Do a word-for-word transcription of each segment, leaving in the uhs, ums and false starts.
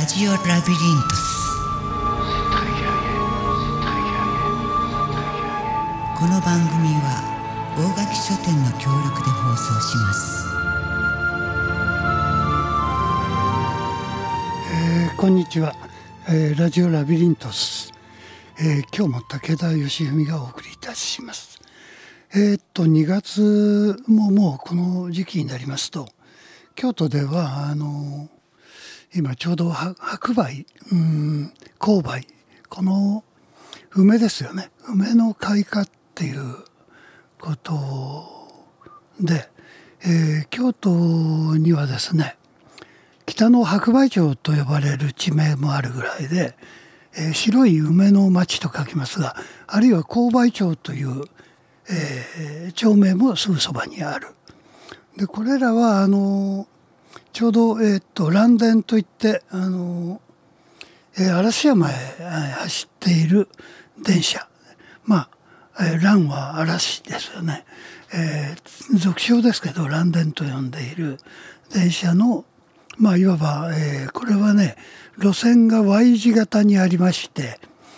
ラジオラビリントス。この番組は大垣書店の協力で放送します。 えー、こんにちは、えー、ラジオラビリントス、えー、今日も武田義文がお送りいたします。えー、っとにがつももうこの時期になりますと、京都ではあの今ちょうど白梅、うん、紅梅、この梅ですよね、梅の開花っていうことで、えー、京都にはですね、北の白梅町と呼ばれる地名もあるぐらいで、えー、白い梅の町と書きますが、あるいは紅梅町という、えー、町名もすぐそばにある。でこれらはあのちょうど、えー、と嵐電といってあの、えー、嵐山へ走っている電車、まあ、えー、嵐は嵐ですよね、えー、俗称ですけど嵐電と呼んでいる電車の、まあいわば、えー、これはね、路線が Y 字型にありまして、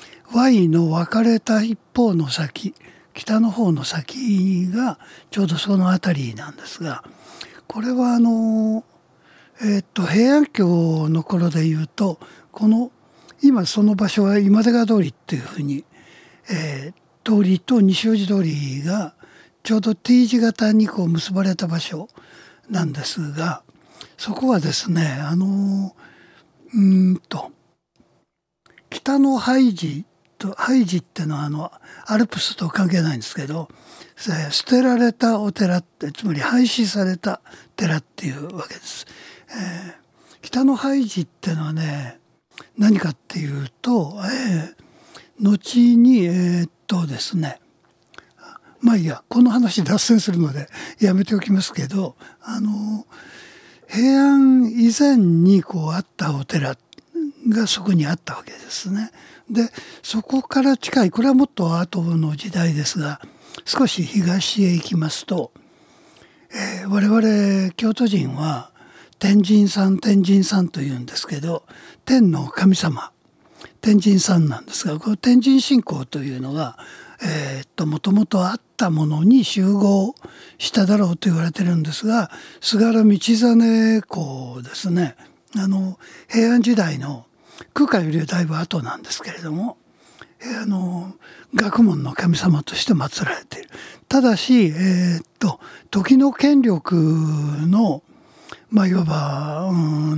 Y の分かれた一方の先、北の方の先がちょうどその辺りなんですが、これはあの、えー、っと平安京の頃でいうと、この今その場所は今出川通りっていうふうに、えー、通りと西大路通りがちょうど T 字型にこう結ばれた場所なんですが、そこはですね、あのうーんと北の拝寺と、拝寺っていうのはあのアルプスと関係ないんですけど、捨てられたお寺って、つまり廃止された寺っていうわけです。えー、北の拝寺っていうのはね、何かっていうと、えー、後にえー、っとですね、まあいいや、この話脱線するのでやめておきますけど、あの平安以前にこうあったお寺がそこにあったわけですね。でそこから近い、これはもっと後の時代ですが、少し東へ行きますと、えー、我々京都人は天神さん天神さんというんですけど、天の神様天神さんなんですが、この天神信仰というのがえー、っともともとあったものに集合しただろうと言われてるんですが、菅原道真公ですね、あの平安時代の空海よりはだいぶ後なんですけれども、あの学問の神様として祀られている。ただし、えー、っと時の権力の、まあいわば、うん、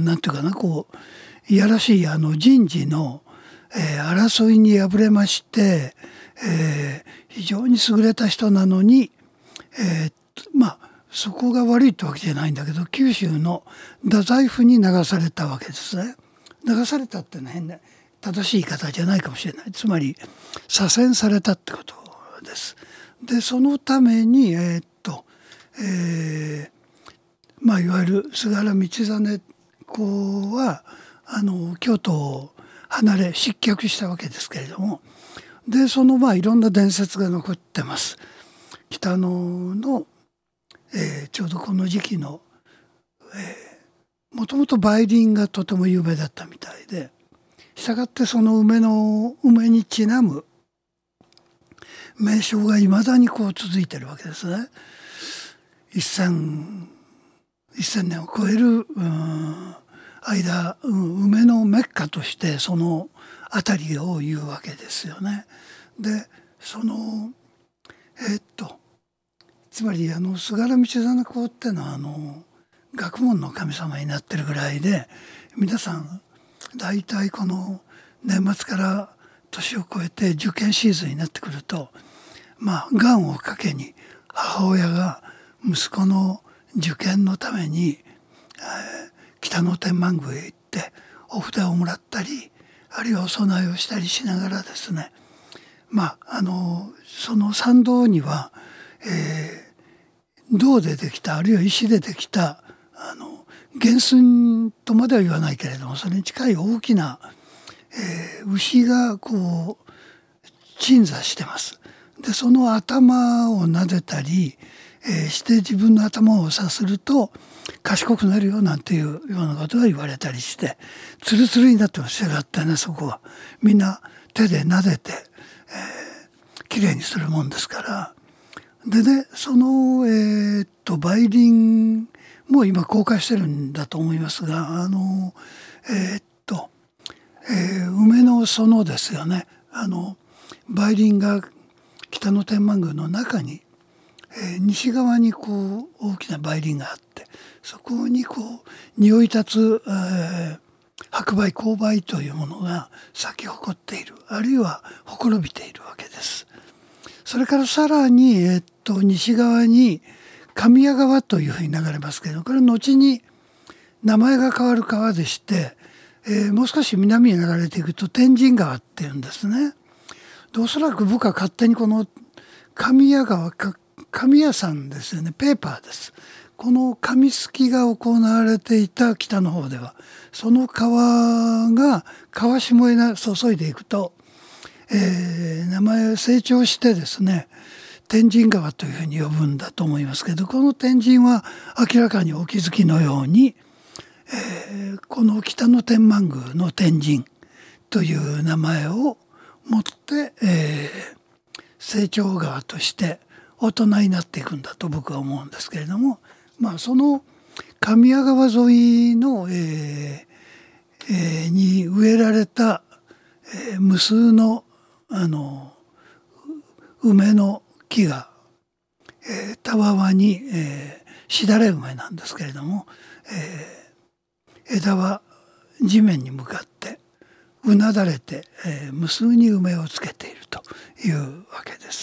なんていうかな、こういやらしいあの人事の、えー、争いに敗れまして、えー、非常に優れた人なのに、えー、まあそこが悪いってわけじゃないんだけど、九州の太宰府に流されたわけですね。流されたってのは変な正しい言い方じゃないかもしれない。つまり左遷されたってことです。でそのためにえー、っと、えー、まあいわゆる菅原道真公はあの京都を離れ失脚したわけですけれども、でそのまあいろんな伝説が残ってます。北野の、えー、ちょうどこの時期の、えー、もともと梅林がとても有名だったみたいで、したがってその梅の梅にちなむ名称がいまだにこう続いてるわけですね。一千一千年を超える、うん、間、うん、梅のメッカとしてその辺りを言うわけですよね。でそのえー、っとつまりあの菅原道真公っていうのはあの学問の神様になってるぐらいで、皆さん大体この年末から年を越えて受験シーズンになってくると、まあ願をかけに母親が息子の受験のために、えー、北野天満宮へ行ってお札をもらったり、あるいはお供えをしたりしながらですね、まああのその参道には、えー、銅でできた、あるいは石でできたあの原寸とまでは言わないけれども、それに近い大きな、えー、牛がこう鎮座してます。でその頭を撫でたり、えー、して自分の頭をさすると賢くなるよなんていうようなことが言われたりして、ツルツルになってますよだってね。そこはみんな手で撫でて、えー、きれいにするもんですから。でね、その、えー、っと梅林も今公開してるんだと思いますが、あのえー、っと、えー、梅の園ですよね。あの梅林が北野天満宮の中に、えー、西側にこう大きな梅林があって、そこにこう匂い立つ、えー、白梅紅梅というものが咲き誇っている、あるいはほころびているわけです。それからさらに、えー、っと西側に神谷川というふうに流れますけど、これ後に名前が変わる川でして、えー、もう少し南に流れていくと天神川っていうんですね。でおそらく僕は勝手にこの神谷川か神谷山ですよね、ペーパーです。この紙すきが行われていた北の方では、その川が川下へ注いでいくと、えー、名前成長してですね、天神川というふうに呼ぶんだと思いますけど、この天神は明らかにお気づきのように、えー、この北野天満宮の天神という名前を持って、えー、成長川として大人になっていくんだと僕は思うんですけれども、まあその神谷川沿いの、えーえー、に植えられた、えー、無数のあの梅の木が、えー、たわわに、えー、しだれ梅なんですけれども、えー、枝は地面に向かってうなだれて、えー、無数に梅をつけているというわけです。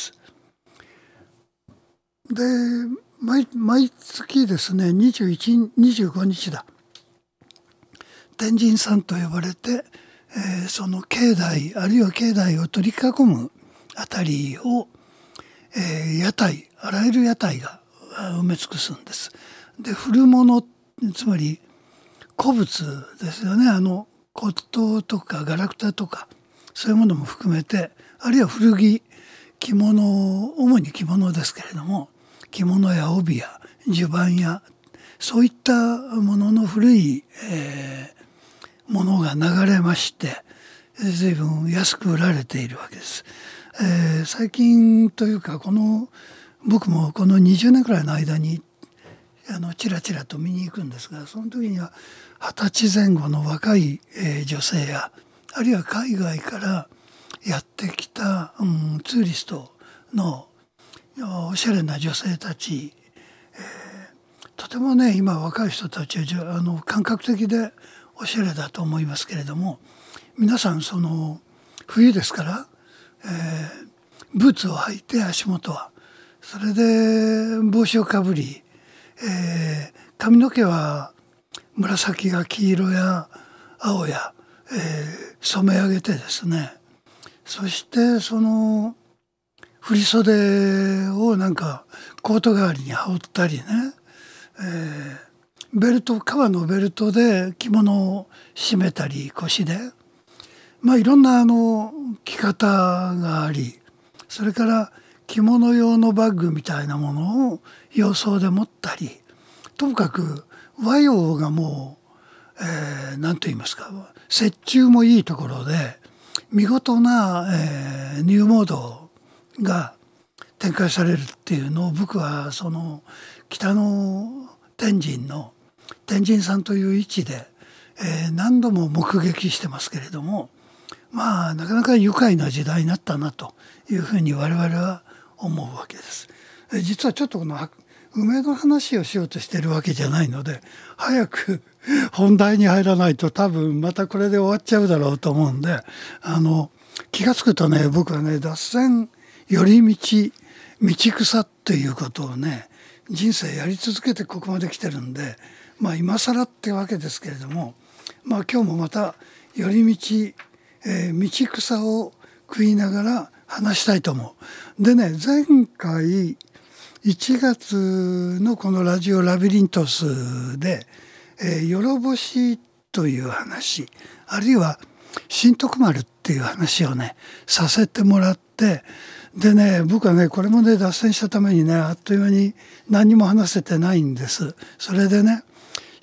で 毎, 毎月ですねにじゅういち、にじゅうごにちだ天神さんと呼ばれて、えー、その境内あるいは境内を取り囲むあたりを、えー、屋台あらゆる屋台が埋め尽くすんです。で古物つまり古物ですよね。あの骨董とかガラクタとかそういうものも含めて、あるいは古着着物、主に着物ですけれども、着物や帯や襦袢やそういったものの古い、えー、ものが流れまして、随分安く売られているわけです。えー、最近というかこの僕もこのにじゅうねんくらいの間にあのちらちらと見に行くんですが、その時にははたちぜん後の若い、えー、女性やあるいは海外からやってきた、うん、ツーリストのおしゃれな女性たち、えー、とてもね今若い人たちはあの感覚的でおしゃれだと思いますけれども、皆さんその冬ですから、えー、ブーツを履いて足元はそれで帽子をかぶり、えー、髪の毛は紫が黄色や青や、えー、染め上げてですね、そしてその振袖をなんかコート代わりに羽織ったりね、えー、ベルト革のベルトで着物を締めたり腰で、まあいろんなあの着方があり、それから着物用のバッグみたいなものを洋装で持ったり、ともかく和洋がもう、えー、何と言いますか、折衷もいいところで見事な、えー、ニューモードが展開されるっていうのを、僕はその北の天神の天神さんという位置で、えー、何度も目撃してますけれども、まあなかなか愉快な時代になったなというふうに我々は思うわけです。え実はちょっとこの梅の話をしようとしているわけじゃないので、早く本題に入らないと多分またこれで終わっちゃうだろうと思うんで、あの気が付くとね、僕はね脱線寄り道道草っていうことをね人生やり続けてここまで来てるんで、まあ今更ってわけですけれども、まあ今日もまた寄り道、えー、道草を食いながら話したいと思う。でね、前回いちがつのこのラジオラビリントスで、えー、よろぼしという話、あるいは新徳丸っていう話をねさせてもらって、でね僕はねこれもね脱線したためにねあっという間に何にも話せてないんです。それでね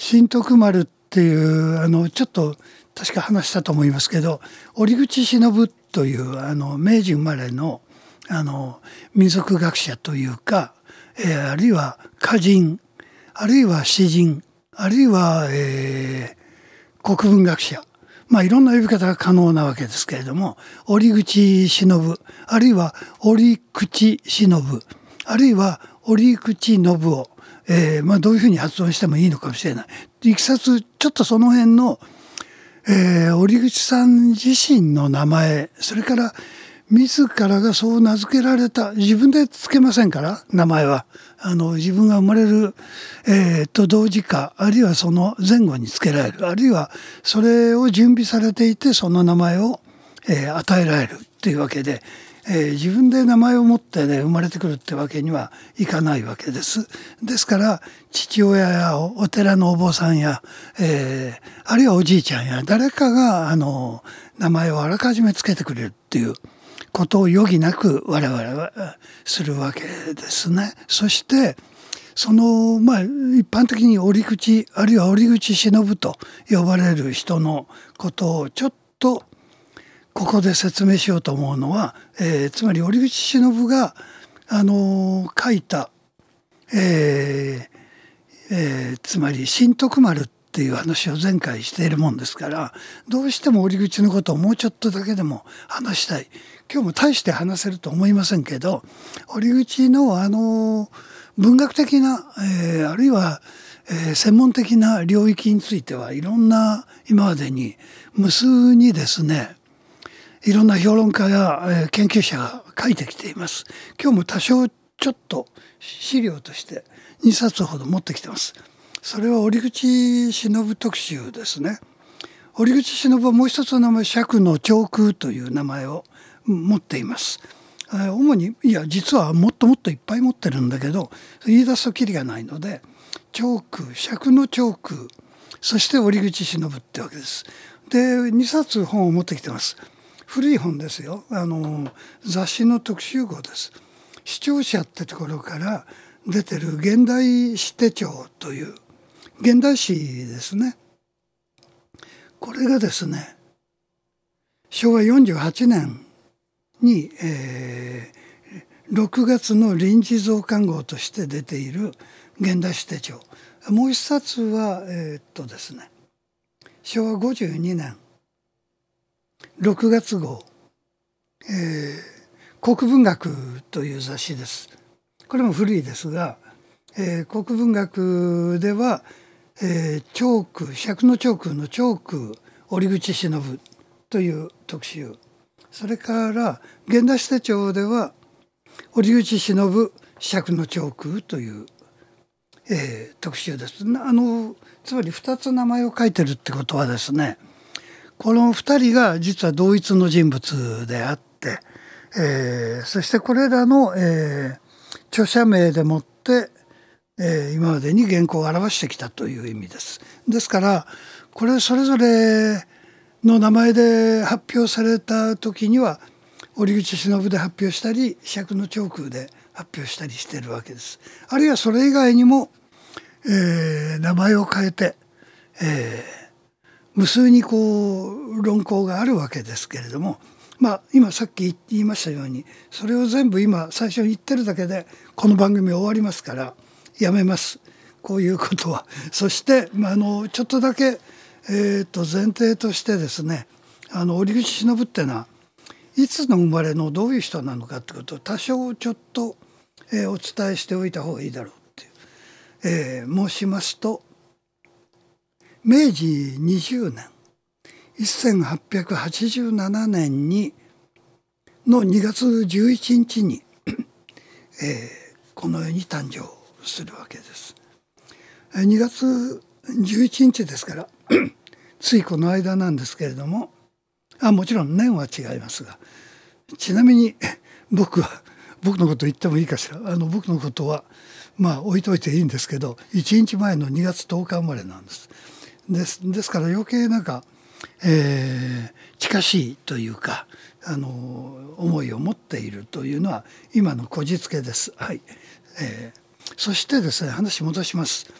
新徳丸っていうあのちょっと確か話したと思いますけど、折口忍というあの明治生まれのあの民族学者というか、えー、あるいは歌人、あるいは詩人、あるいは、えー、国文学者、まあいろんな呼び方が可能なわけですけれども、折口忍、あるいは折口忍、あるいは折口信夫、えーまあ、どういうふうに発音してもいいのかもしれない。いきさつちょっとその辺の、えー、折口さん自身の名前、それから自らがそう名付けられた、自分でつけませんから名前はあの自分が生まれる、えー、と同時か、あるいはその前後につけられる、あるいはそれを準備されていてその名前を、えー、与えられるというわけで、えー、自分で名前を持って、ね、生まれてくるってわけにはいかないわけです。ですから父親やお寺のお坊さんや、えー、あるいはおじいちゃんや誰かがあの名前をあらかじめつけてくれるっていうことを余儀なく我々はするわけですね。そしてそのまあ一般的に折口あるいは折口忍と呼ばれる人のことをちょっとここで説明しようと思うのは、えー、つまり折口忍があのー、書いた、えーえー、つまり新徳丸っていう話を前回しているもんですから、どうしても折口のことをもうちょっとだけでも話したい。今日も大して話せると思いませんけど、折口のあの文学的な、えー、あるいは、えー、専門的な領域についてはいろんな今までに無数にですね、いろんな評論家や、えー、研究者が書いてきています。今日も多少ちょっと資料としてにさつほど持ってきてます。それは折口忍特集ですね。折口忍はもう一つの名前、釈の長空という名前を持っています。主にいや実はもっともっといっぱい持ってるんだけど言い出すときりがないので、長空、釈の長空、そして折口忍ってわけです。でにさつ本を持ってきてます。古い本ですよ。あの雑誌の特集号です。視聴者ってところから出てる現代史手帳という現代史ですね。これがですねしょうわよんじゅうはちねんに、えー、ろくがつの臨時増刊号として出ている現代史手帳。もう一冊はえー、っとですねしょうわごじゅうにねんろくがつ号、えー、国文学という雑誌です。これも古いですが、えー、国文学では、えー、長空、釈の長空の長空折口忍という特集、それから現代史手帳では折口忍釈の長空という、えー、特集です。あのつまりふたつ名前を書いてるってことはですね、このふたりが実は同一の人物であって、えー、そしてこれらの、えー、著者名でもって、えー、今までに原稿を表してきたという意味です。ですからこれそれぞれの名前で発表された時には折口忍で発表したり釈の長空で発表したりしているわけです。あるいはそれ以外にも、えー、名前を変えて、えー無数にこう論考があるわけですけれども、まあ今さっき言いましたようにそれを全部今最初に言ってるだけでこの番組終わりますからやめます、こういうことは。そして、まあ、あのちょっとだけ、えー、と前提としてですね、あの折口忍っていうのはいつの生まれのどういう人なのかってことを多少ちょっと、えー、お伝えしておいた方がいいだろうっていう、えー、申しますと、明治にじゅうねんせんはっぴゃくはちじゅうななねんにのにがつじゅういちにちに、えー、この世に誕生するわけです。にがつじゅういちにちですからついこの間なんですけれども、あもちろん年は違いますが、ちなみに僕は僕のこと言ってもいいかしら。あの僕のことはまあ置いといていいんですけど、いちにちまえのにがつとおか生まれなんです。です、ですから余計なんか、えー、近しいというかあの思いを持っているというのは今のこじつけです。はい、えー、そしてですね話戻します。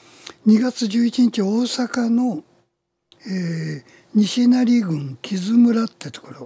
にがつじゅういちにち大阪の、えー、西成郡木津村ってところ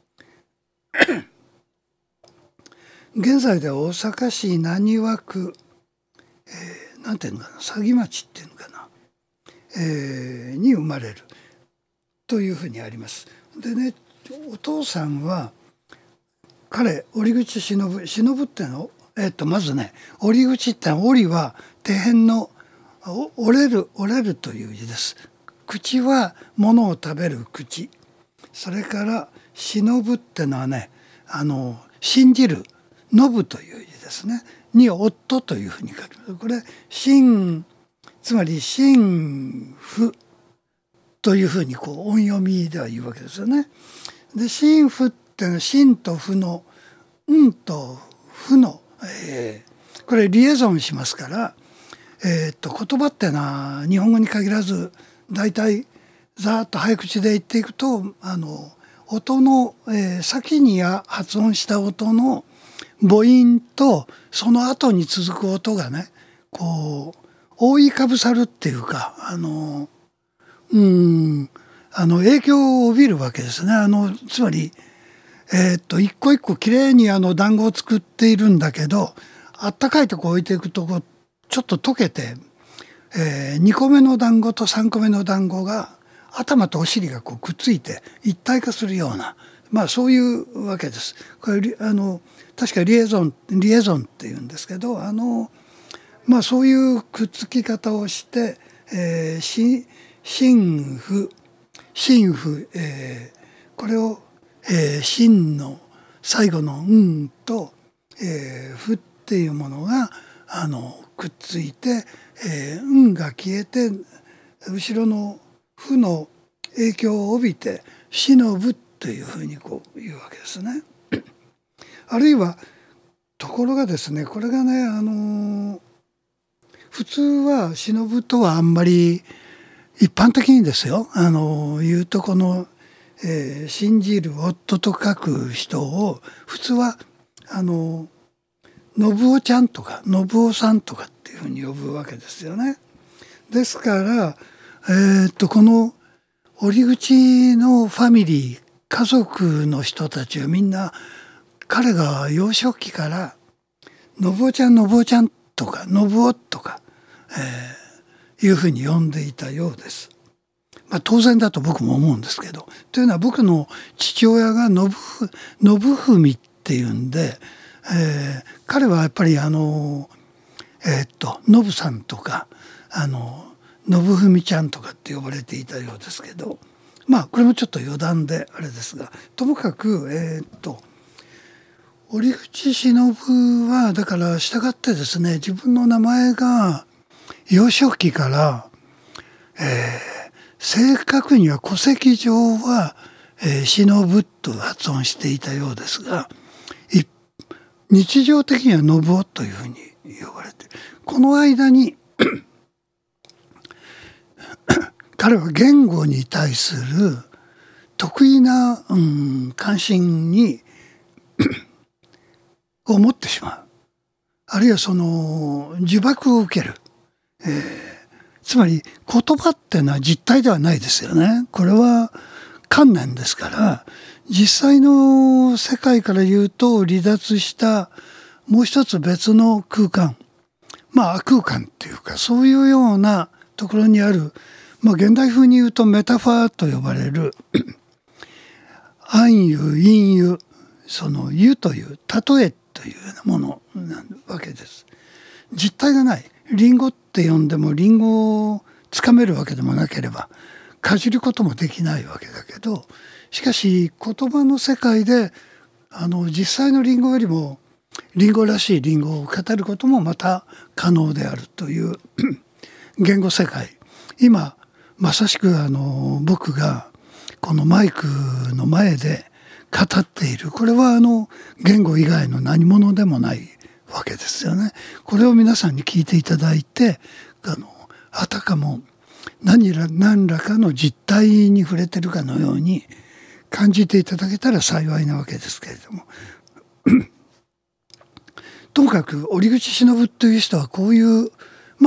現在では大阪市浪速区、えー、なんていうのかな、佐木町っていうのかな、えー、に生まれるというふうにあります。でね、お父さんは彼折口忍忍っての、えー、とまずね、折口って折は底辺の折れる折れるという字です。口は物を食べる口、それから忍ってのはね、あの信じる信という字ですねに夫というふうに書きます。これ信、つまり信夫というふうにこう音読みでは言うわけですよね。で信夫ってのは信と夫のうんと夫の、えー、これリエゾンしますから、えー、っと言葉ってのは日本語に限らず大体ざーっと早口で言っていくと、あの音の、えー、先に発音した音の母音とその後に続く音がね、こう覆いかぶさるっていうか、あのうんあの影響を帯びるわけですね。あのつまり、えー、っと一個一個きれいにあの団子を作っているんだけど、あったかいとこ置いていくとこうちょっと溶けて、えー、にこめの団子とさんこめの団子が頭とお尻がこうくっついて一体化するような、まあそういうわけです。これあの確かリエゾンリエゾンっていうんですけど、あのまあそういうくっつき方をして、えー、し真夫真夫、えー、これを、えー、真の最後のうんと、えー、夫っていうものがあのくっついて、えー、うんが消えて後ろの負の影響を帯びて忍ぶというふうにこう言うわけですね。あるいはところがですね、これがね、あの普通は忍とはあんまり一般的にですよ、あの言うとこの、えー、信じる夫と書く人を普通はあの信夫ちゃんとか信夫さんとかっていうふうに呼ぶわけですよね。ですから、えー、っとこの折口のファミリー家族の人たちはみんな彼が幼少期から信夫ちゃん信夫ちゃんとか信夫とか、えー、いうふうに呼んでいたようです。まあ、当然だと僕も思うんですけど、というのは僕の父親が信信文っていうんで、えー、彼はやっぱりあのえー、っと信さんとかあの信文ちゃんとかって呼ばれていたようですけど、まあこれもちょっと余談であれですが、ともかくえー、っと折口忍はだから従ってですね、自分の名前が幼少期から、えー、正確には戸籍上は、えー、忍と発音していたようですが、日常的には信夫というふうに呼ばれている。この間に彼は言語に対する得意な、うん、関心にを持ってしまう、あるいはその呪縛を受ける、えー、つまり言葉っていうのは実体ではないですよね。これは観念ですから、実際の世界から言うと離脱したもう一つ別の空間、まあ空間っていうかそういうようなところにある、まあ現代風に言うとメタファーと呼ばれる暗喩隠喩、その喩という例えというようなものなわけです。実体がない。リンゴって呼んでもリンゴをつかめるわけでもなければかじることもできないわけだけど、しかし言葉の世界であの実際のリンゴよりもリンゴらしいリンゴを語ることもまた可能であるという言語世界、今まさしくあの僕がこのマイクの前で語っている、これはあの言語以外の何者でもないわけですよね。これを皆さんに聞いていただいて、あのあたかも何ら何らかの実態に触れてるかのように感じていただけたら幸いなわけですけれどもともかく折口忍という人はこういう、まあ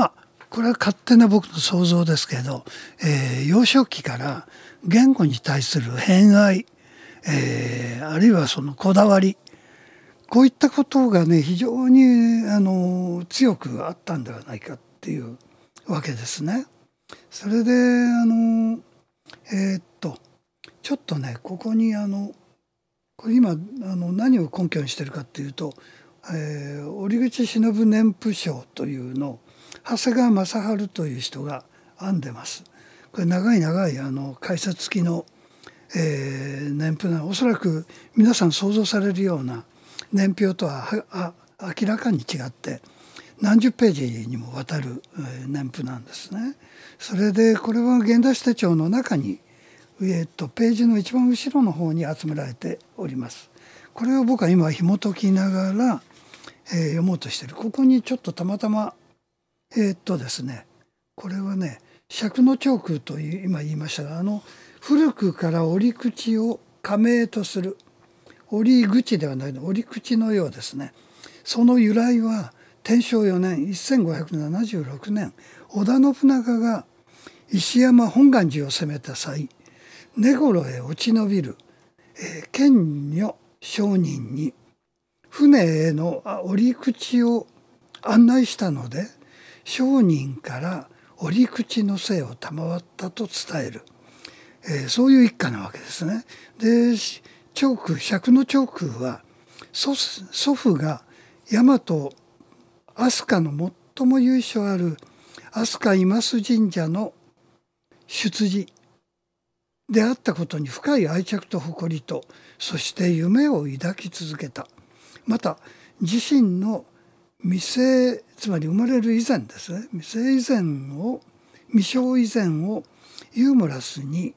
これは勝手な僕の想像ですけど、えー、幼少期から言語に対する偏愛、えー、あるいはそのこだわり、こういったことがね非常にあの強くあったんではないかっていうわけですね。それであのえー、っとちょっとねここにあのこれ今あの何を根拠にしてるかっていうと、えー、折口忍年譜賞というのを長谷川正治という人が編んでます。これ長い長いあの解説付きの、えー、年譜なおそらく皆さん想像されるような年表とはは明らかに違って何十ページにもわたる年譜なんですね。それでこれは現代史手帳の中に、えー、とページの一番後ろの方に集められております。これを僕は今紐解きながら、えー、読もうとしている。ここにちょっとたまたまえー、っとですねこれはね釈の長空という今言いましたが、あの古くから折口を加盟とする折口ではないの折口のようですね。その由来は天正よねんせんごひゃくななじゅうろくねん織田信長が石山本願寺を攻めた際根頃へ落ち延びる、えー、剣女商人に船への折口を案内したので商人から折口の姓を賜ったと伝える、えー、そういう一家なわけですね。で長空釈の長空は 祖, 祖父が大和飛鳥の最も由緒ある飛鳥今須神社の出自であったことに深い愛着と誇りとそして夢を抱き続けた。また自身の未成つまり生まれる以前ですね未成以前を未生以前をユーモラスに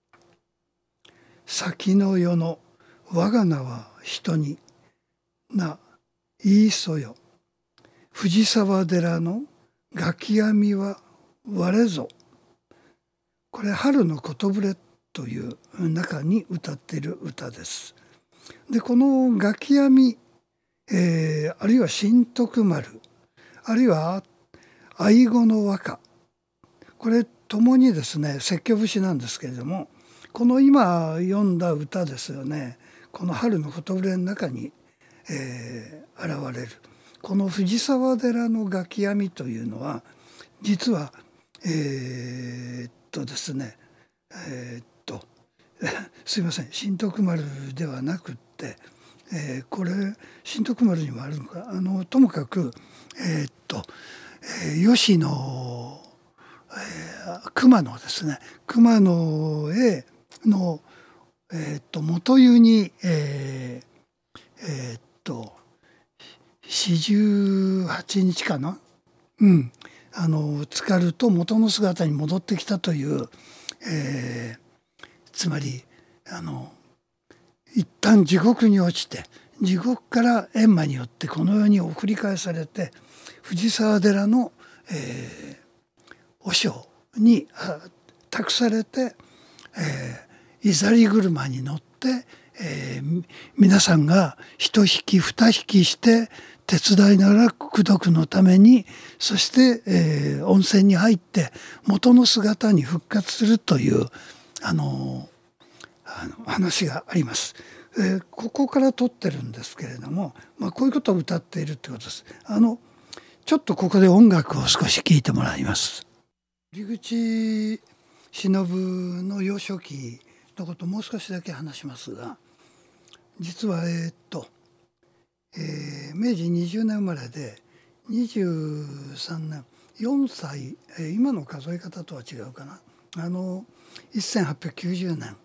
先の世の我が名は人にな言いそよ藤沢寺のガキ網は我ぞ。これ春のことぶれという中に歌っている歌です。でこのガキ網、えー、あるいは新徳丸あるいは愛子の和歌これともにですね説教節なんですけれどもこの今読んだ歌ですよねこの春のことぶれの中に、えー、現れるこの藤沢寺のガキ網というのは実はえー、っとですねえー、っとすいません新徳丸ではなくって、えー、これ新徳丸にもあるのかあのともかくえー、っと、えー、吉野、えー、熊野ですね熊野への、えー、っと元湯にえー、えー、っと四十八日かなうんあの浸かると元の姿に戻ってきたという、えー、つまりあの一旦地獄に落ちて地獄から閻魔によってこの世に送り返されて藤沢寺の、えー、和尚に託されて、えー、いざり車に乗って、えー、皆さんが一引き二引きして手伝いながら功徳のためにそして、えー、温泉に入って元の姿に復活するというあのあの話があります。えー、ここから取ってるんですけれども、まあ、こういうことを歌っているってことです。あのちょっとここで音楽を少し聴いてもらいます。折口忍の幼少期のことをもう少しだけ話しますが実はえー、っと、えー、明治にじゅうねん生まれでにじゅうさんねんよんさい、えー、今の数え方とは違うかなあのせんはっぴゃくきゅうじゅうねん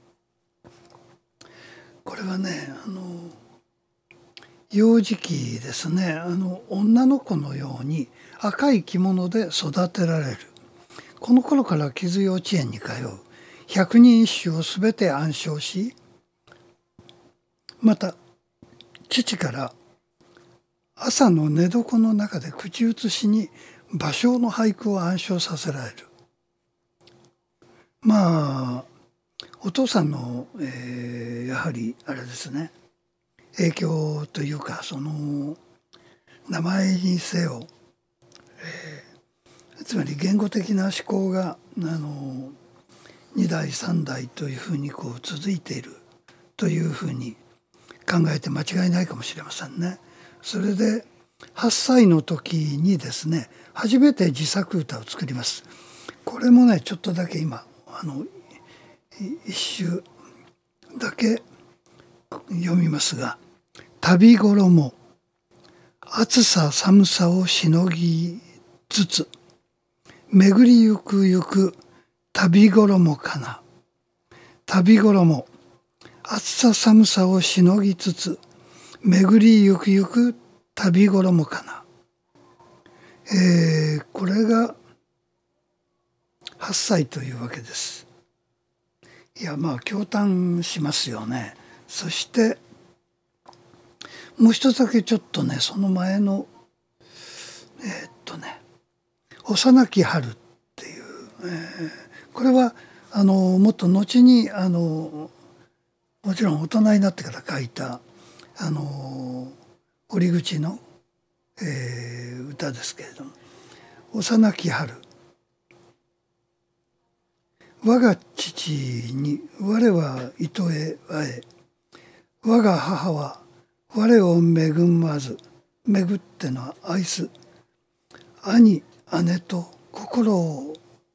これはねあの幼児期ですねあの女の子のように赤い着物で育てられるこの頃から木津幼稚園に通う百人一首をすべて暗唱しまた父から朝の寝床の中で口移しに芭蕉の俳句を暗唱させられる。まあお父さんの、えー、やはりあれですね影響というかその名前にせよ、えつまり言語的な思考があのに代さん代というふうにこう続いているというふうに考えて間違いないかもしれませんね。それではっさいの時にですね、初めて自作歌を作ります。これもねちょっとだけ今あの一首だけ読みますが、旅衣暑さ寒さをしのぎつつ巡りゆくゆく旅衣かな。旅衣暑さ寒さをしのぎつつ巡りゆくゆく旅衣かな。えー、これがはっさいというわけです。いやまあ驚嘆しますよね。そしてもう一つだけちょっとねその前のえー、っとね幼き春っていう、えー、これはあのもっと後にあのもちろん大人になってから書いたあの折口の、えー、歌ですけれども、幼き春我が父に我は糸へ会え、我が母は我を恵まず、恵ってのは愛す、兄姉と心を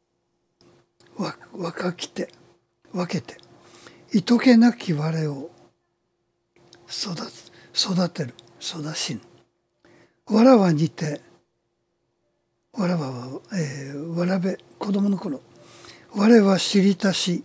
若きて分けて糸気なき我を育育てる育しぬ。わらわにてわらわは、えー、わらべ子供の頃我は知りたし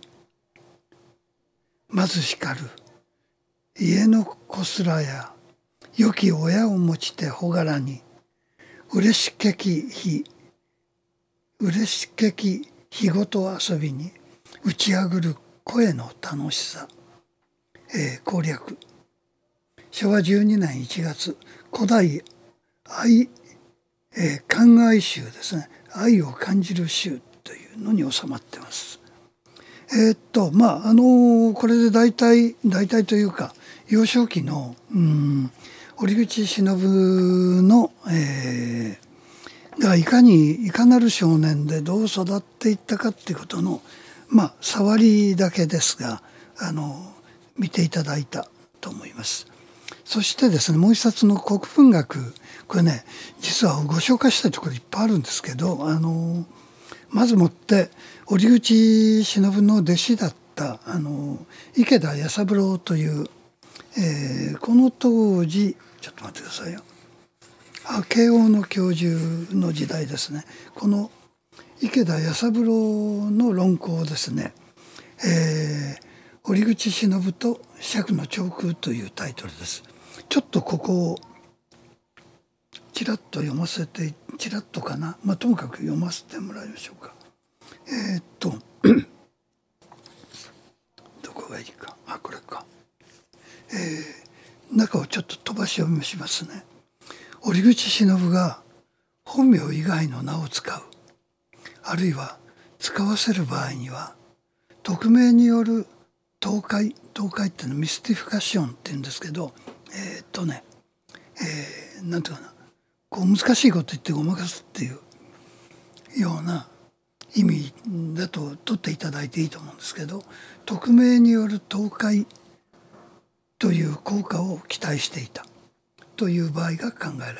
まずしかる家のこすらや良き親を持ちて朗らに嬉しけき日嬉しけき日ごと遊びに打ちあぐる声の楽しさ、えー、攻略しょわじゅうにねんいちがつ古代愛、えー、感愛集ですね、愛を感じる集というのに収まってます。えー、っとまああのー、これで大体大体というか幼少期のうん折口忍の、えー、がいかにいかなる少年でどう育っていったかっていうことのまあ触りだけですがあの見ていただいたと思います。そしてですねもう一冊の国文学、これね実はご紹介したいところいっぱいあるんですけど、あのまずもって折口忍の弟子だったあの池田弥三郎という、えー、この当時ちょっと待ってくださいよ、あ慶応の教授の時代ですね、この池田弥三郎の論考をですね、えー、折口忍と釈の長空というタイトルです。ちょっとここをちらっと読ませてちらっとかな、まあ、ともかく読ませてもらいましょうか。えー、っとどこがいいか、あこれか、えー、中をちょっと飛ばし読みしますね。折口忍が本名以外の名を使う、あるいは使わせる場合には匿名による倒壊倒壊っていうのはミスティフィカションっていうんですけど、えー、っとね、えー、なんていうかな、こう難しいこと言ってごまかすっていうような意味だと取っていただいていいと思うんですけど、匿名による倒壊という効果を期待していたという場合が考えられる。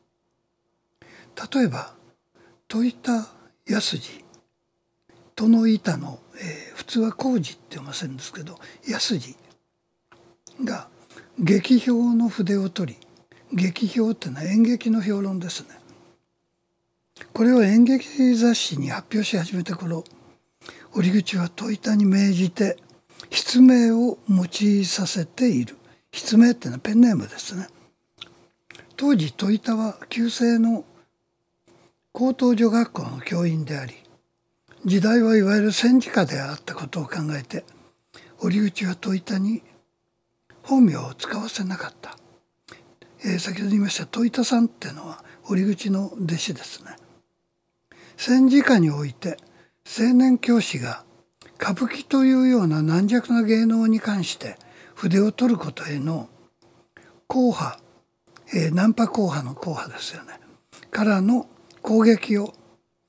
例えば戸板安次、戸の板の、えー、普通は工事って読ませるんですけど安次が劇評の筆を取り、劇評っていうのは演劇の評論ですね。これを演劇雑誌に発表し始めた頃、折口は戸板に命じて筆名を用いさせている。筆名っていうのはペンネームですね。当時戸板は旧制の高等女学校の教員であり、時代はいわゆる戦時下であったことを考えて、折口は戸板に本名を使わせなかった。えー、先ほど言いました戸板さんっていうのは折口の弟子ですね。戦時下において青年教師が歌舞伎というような軟弱な芸能に関して筆を取ることへの硬派、えー、ナンパ硬派の硬派ですよねからの攻撃を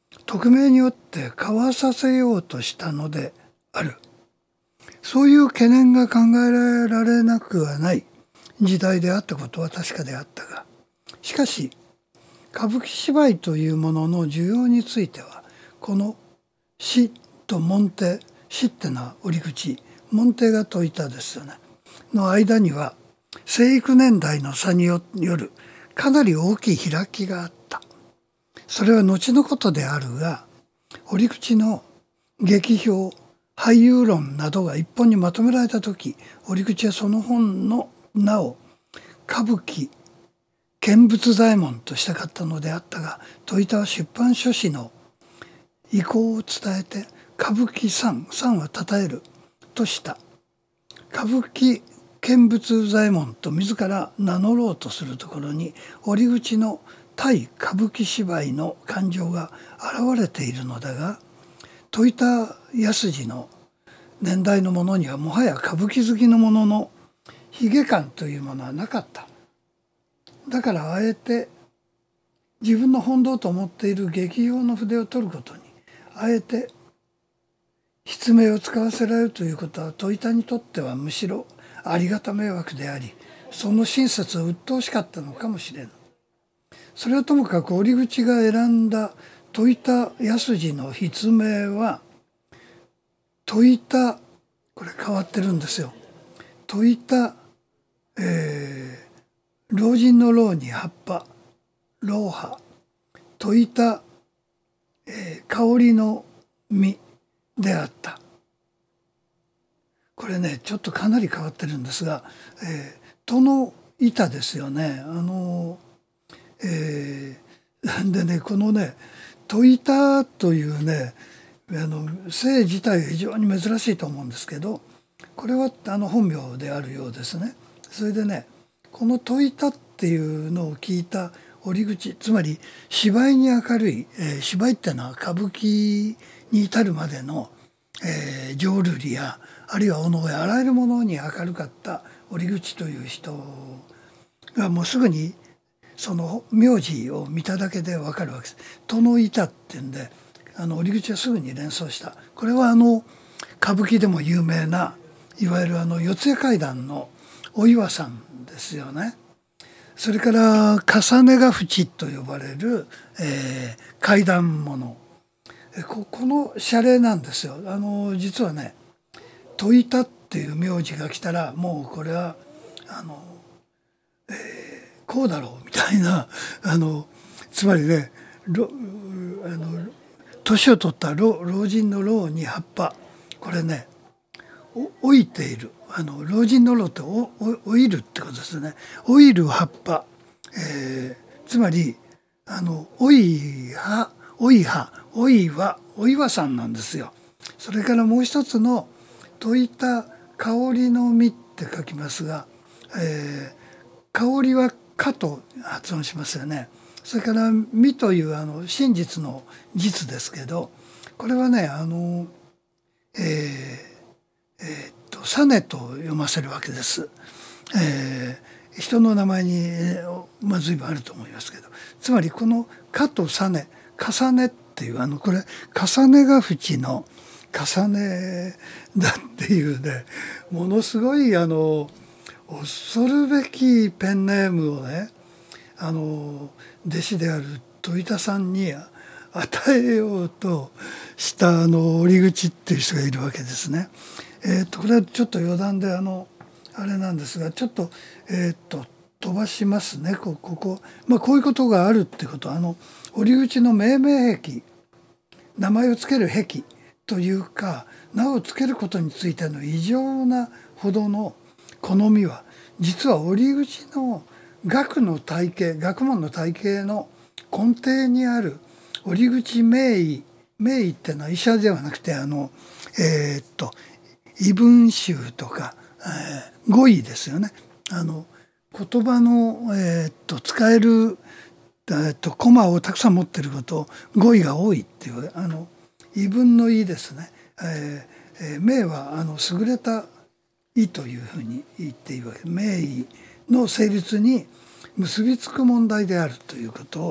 匿名によって交わさせようとしたのである。そういう懸念が考えられなくはない時代であったことは確かであったが、しかし歌舞伎芝居というものの需要については、この死と門弟、死ってのは折り口、門弟が説いたですよねの間には、生育年代の差によるかなり大きい開きがあった。それは後のことであるが、折口の劇評、俳優論などが一本にまとめられた時、折口はその本の名を歌舞伎見物左衛門としたかったのであったが、戸板は出版書士の意向を伝えて歌舞伎三、三は称えるとした。歌舞伎見物左衛門と自ら名乗ろうとするところに、折口の対歌舞伎芝居の感情が現れているのだが、戸板康次の年代のものにはもはや歌舞伎好きのものの卑下感というものはなかった。だからあえて自分の本道と思っている劇評の筆を取ることにあえて筆名を使わせられるということは、戸板にとってはむしろありがた迷惑であり、その親切を鬱陶しかったのかもしれぬ。それはともかく折口が選んだ戸板康次の筆名は戸板、これ変わってるんですよ。戸板、えー、老人の老に葉っぱ、老葉、戸板、えー、香りの実であった。これね、ちょっとかなり変わってるんですが、えー、戸の板ですよね。あの、えー、でね、このね、戸板というね、あの姓自体が非常に珍しいと思うんですけど、これはあの本名であるようですね。それでね、この戸板っていうのを聞いた折口、つまり芝居に明るい、えー、芝居っていうのは歌舞伎に至るまでの、えー、浄瑠璃やあるいはお能やあらゆるものに明るかった折口という人がもうすぐにその名字を見ただけで分かるわけです。戸の板っていうんで、あの折口はすぐに連想した。これはあの歌舞伎でも有名ないわゆるあの四谷怪談のお岩さんですよね。それから重ねが淵と呼ばれる、えー、怪談物、ここの謝礼なんですよ。あの実はね、戸板っていう名字が来たらもうこれはあの、えー、こうだろうみたいな、あのつまりね、あの年を取った 老, 老人の老に葉っぱ、これね、老いている、あの老人の老っておお老いるってことですね。老いる葉っぱ、えー、つまりあの老い葉、老い葉、老いはお岩さんなんですよ。それからもう一つの戸板香りの実って書きますが、えー、香りはかと発音しますよね。それから実というあの真実の実ですけど、これはね、あの、えーえー、っとサネと読ませるわけです。えー、人の名前に、まあ、随分あると思いますけど、つまりこのかとサネ、重ねっていう、あのこれ重ねが淵の重ねだっていうね、ものすごいあの恐るべきペンネームをね、あの弟子である戸板さんに与えようとしたあの折口っていう人がいるわけですね。えー、とこれはちょっと余談であのあれなんですが、ちょっとえっ、ー、と飛ばしますね。こここ、まあ、こういうことがあるってことは、あの折口の命名癖、名前をつける癖というか、名をつけることについての異常なほどの好みは、実は折口の学の体系、学問の体系の根底にある折口名医、名医っていうのは医者ではなくて、あのえー、っと異文集とか、えー、語彙ですよね。あの言葉の、えー、っと使える、えー、っとコマをたくさん持ってることを語彙が多いっていう、あの異文の意ですね。えーえー、名はあの優れた意というふうに言っているわけ。名医の成立に結びつく問題であるということを、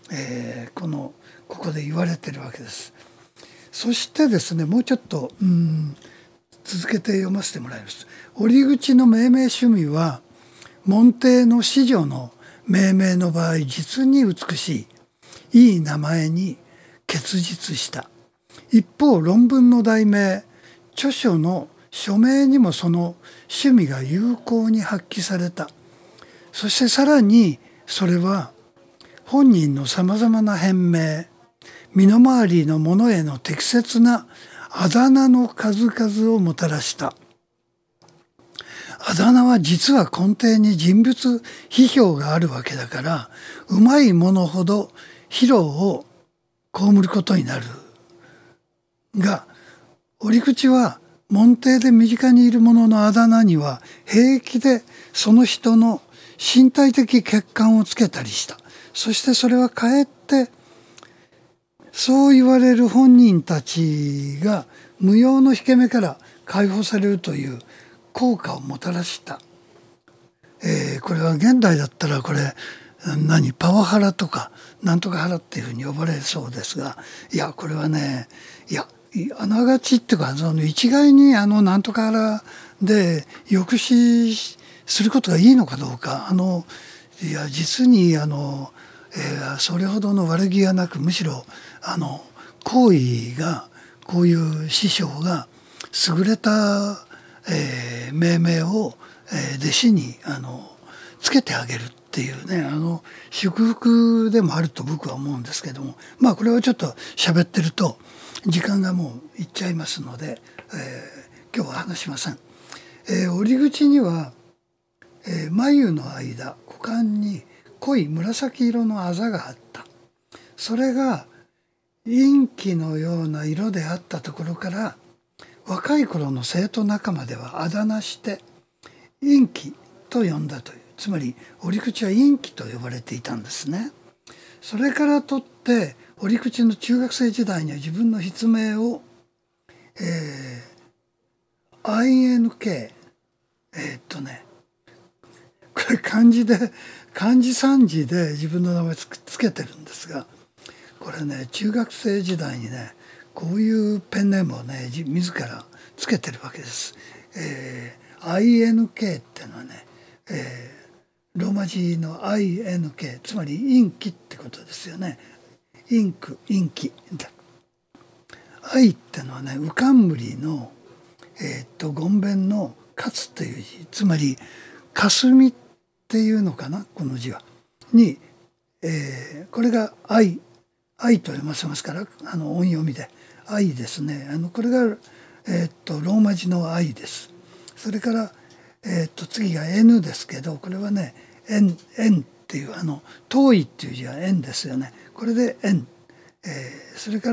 えー、このここで言われてるわけです。そしてですね、もうちょっとうん続けて読ませてもらいます。折口の命名趣味は門弟の子女の命名の場合実に美しいいい名前に結実した。一方論文の題名著書の署名にもその趣味が有効に発揮された。そしてさらにそれは本人のさまざまな変名身の回りのものへの適切なあだ名の数々をもたらした。あだ名は実は根底に人物批評があるわけだから、うまいものほど披露を被ることになる。が、折口は門弟で身近にいる者のあだ名には平気でその人の身体的欠陥をつけたりした。そしてそれはかえってそう言われる本人たちが無用の引け目から解放されるという効果をもたらした。えー、これは現代だったらこれ何パワハラとかなんとかハラっていうふうに呼ばれそうですが、いやこれはね、いやあながちっていうかその一概にあのなんとかハラで抑止することがいいのかどうか、あのいや実にあの、えー、それほどの悪気はなく、むしろあの行為がこういう師匠が優れた、えー、命名を、えー、弟子にあのつけてあげるっていうね、あの祝福でもあると僕は思うんですけども、まあこれはちょっと喋ってると時間がもういっちゃいますので、えー、今日は話しません。えー、折口には、えー、眉の間股間に濃い紫色のあざがあった。それが陰気のような色であったところから、若い頃の生徒仲間ではあだ名して陰気と呼んだという、つまり折口は陰気と呼ばれていたんですね。それからとって折口の中学生時代には自分の筆名を、えー、アイエヌケー えー、っとねこれ漢字で漢字三字で自分の名前つつけてるんですが、これね中学生時代にねこういうペンネームをね自らつけてるわけです。えー、アイエヌケー っていうのはね、えー、ローマ字の アイエヌケー つまり陰気ってことですよね。陰区陰気だ。愛ってのはねうかんむりのえー、っとごんべんの勝つという字、つまり霞っていうのかなこの字はに、えー、これが愛愛と読ませますから、あの音読みで愛ですね。あのこれが、えー、っとローマ字の愛です。それから、えー、っと次が N ですけど、これはね円円っていうあの遠いっていう字は円ですよね。これで円、えー、それから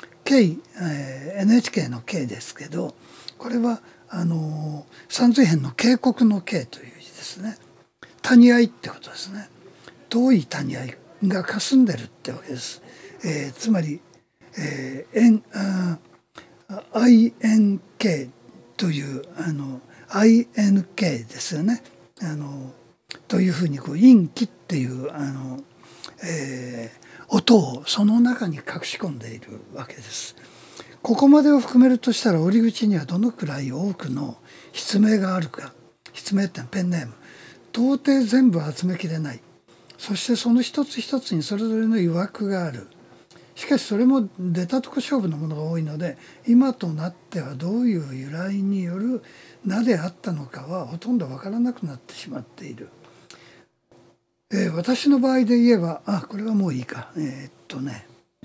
K、えー、エヌエイチケー の K ですけど、これはあの三髄辺の渓谷の K という字ですね。谷合ってことですね。遠い谷合が霞んでるってわけです。えー、つまり、えー、円あ アイエヌケー というあの アイエヌケー ですよね。あのというふうにこう陰気っていうあの、えー、音をその中に隠し込んでいるわけです。ここまでを含めるとしたら折口にはどのくらい多くの筆名があるか、筆名ってペンネーム到底全部集めきれない。そしてその一つ一つにそれぞれの曰くがある。しかしそれも出たとこ勝負のものが多いので、今となってはどういう由来による名であったのかはほとんどわからなくなってしまっている。えー、私の場合で言えば、あ、これはもういいか。えー、っとね、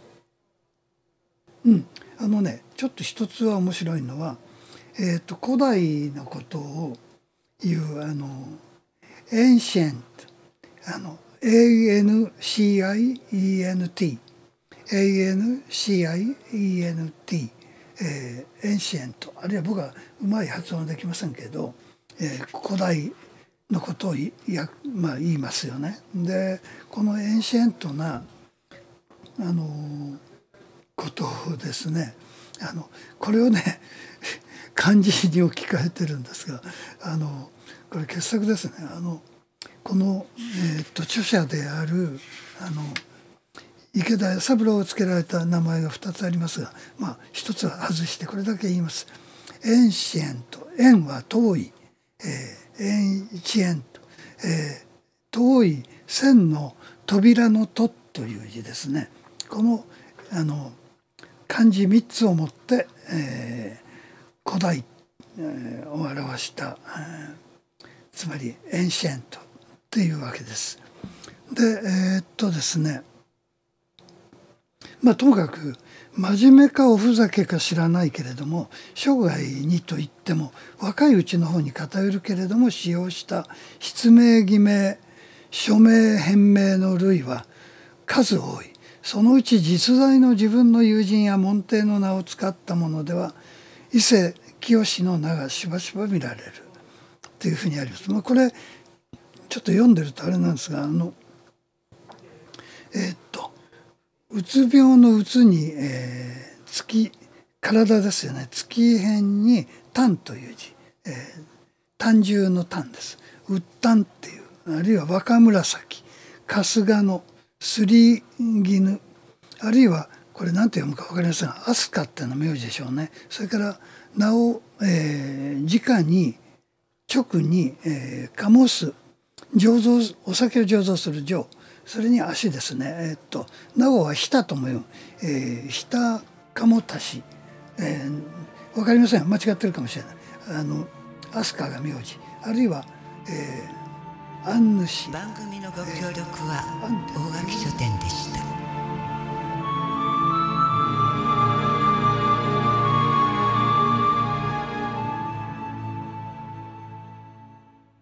うん、あのね、ちょっと一つは面白いのは、えー、っと古代のことを言うあのエンシェント、あの エーエヌシーアイイーエヌティー エーエヌシーアイイーエヌティー、えー、エンシェント、あるいは僕はうまい発音できませんけど、えー、古代のことをや、まあ、言いますよね。でこのエンシェントなあのことをですね、あのこれをね漢字に置き換えてるんですが、あのこれ傑作ですね。あのこの、えー、っと著者であるあの池田三郎を付けられた名前がふたつありますが、まあ一つは外してこれだけ言います。エンシエント、エンは遠い、えー、エンシエント、えー、遠い千の扉の戸という字ですね。このあの漢字みっつをもって、えー、古代、えー、を表した、えー、つまりエンシエントっていうわけです。でえー、っとですねまあともかく真面目かおふざけか知らないけれども、生涯にといっても若いうちの方に偏るけれども使用した筆名偽名署名変名の類は数多い。そのうち実在の自分の友人や門弟の名を使ったものでは伊勢清の名がしばしば見られるというふうにあります。まあ、これちょっと読んでるとあれなんですが、あのえー、っとうつ病のうつに、えー、月体ですよね。月辺に単という字、えー、単重の単です。うったんっていう、あるいは若紫、春日のすり絹、あるいはこれ何て読むか分かりませんが飛鳥っていうのは名字でしょうね。それから名を、えー、直に直に、えー、醸す醸造お酒を醸造する醸、それに足ですね。えー、っと名護は日田とも言う、えー、日田鴨足し、えー、分かりません、間違ってるかもしれない。あの飛鳥が名字、あるいは、えー、安主。 番組のご協力は大垣書店でした。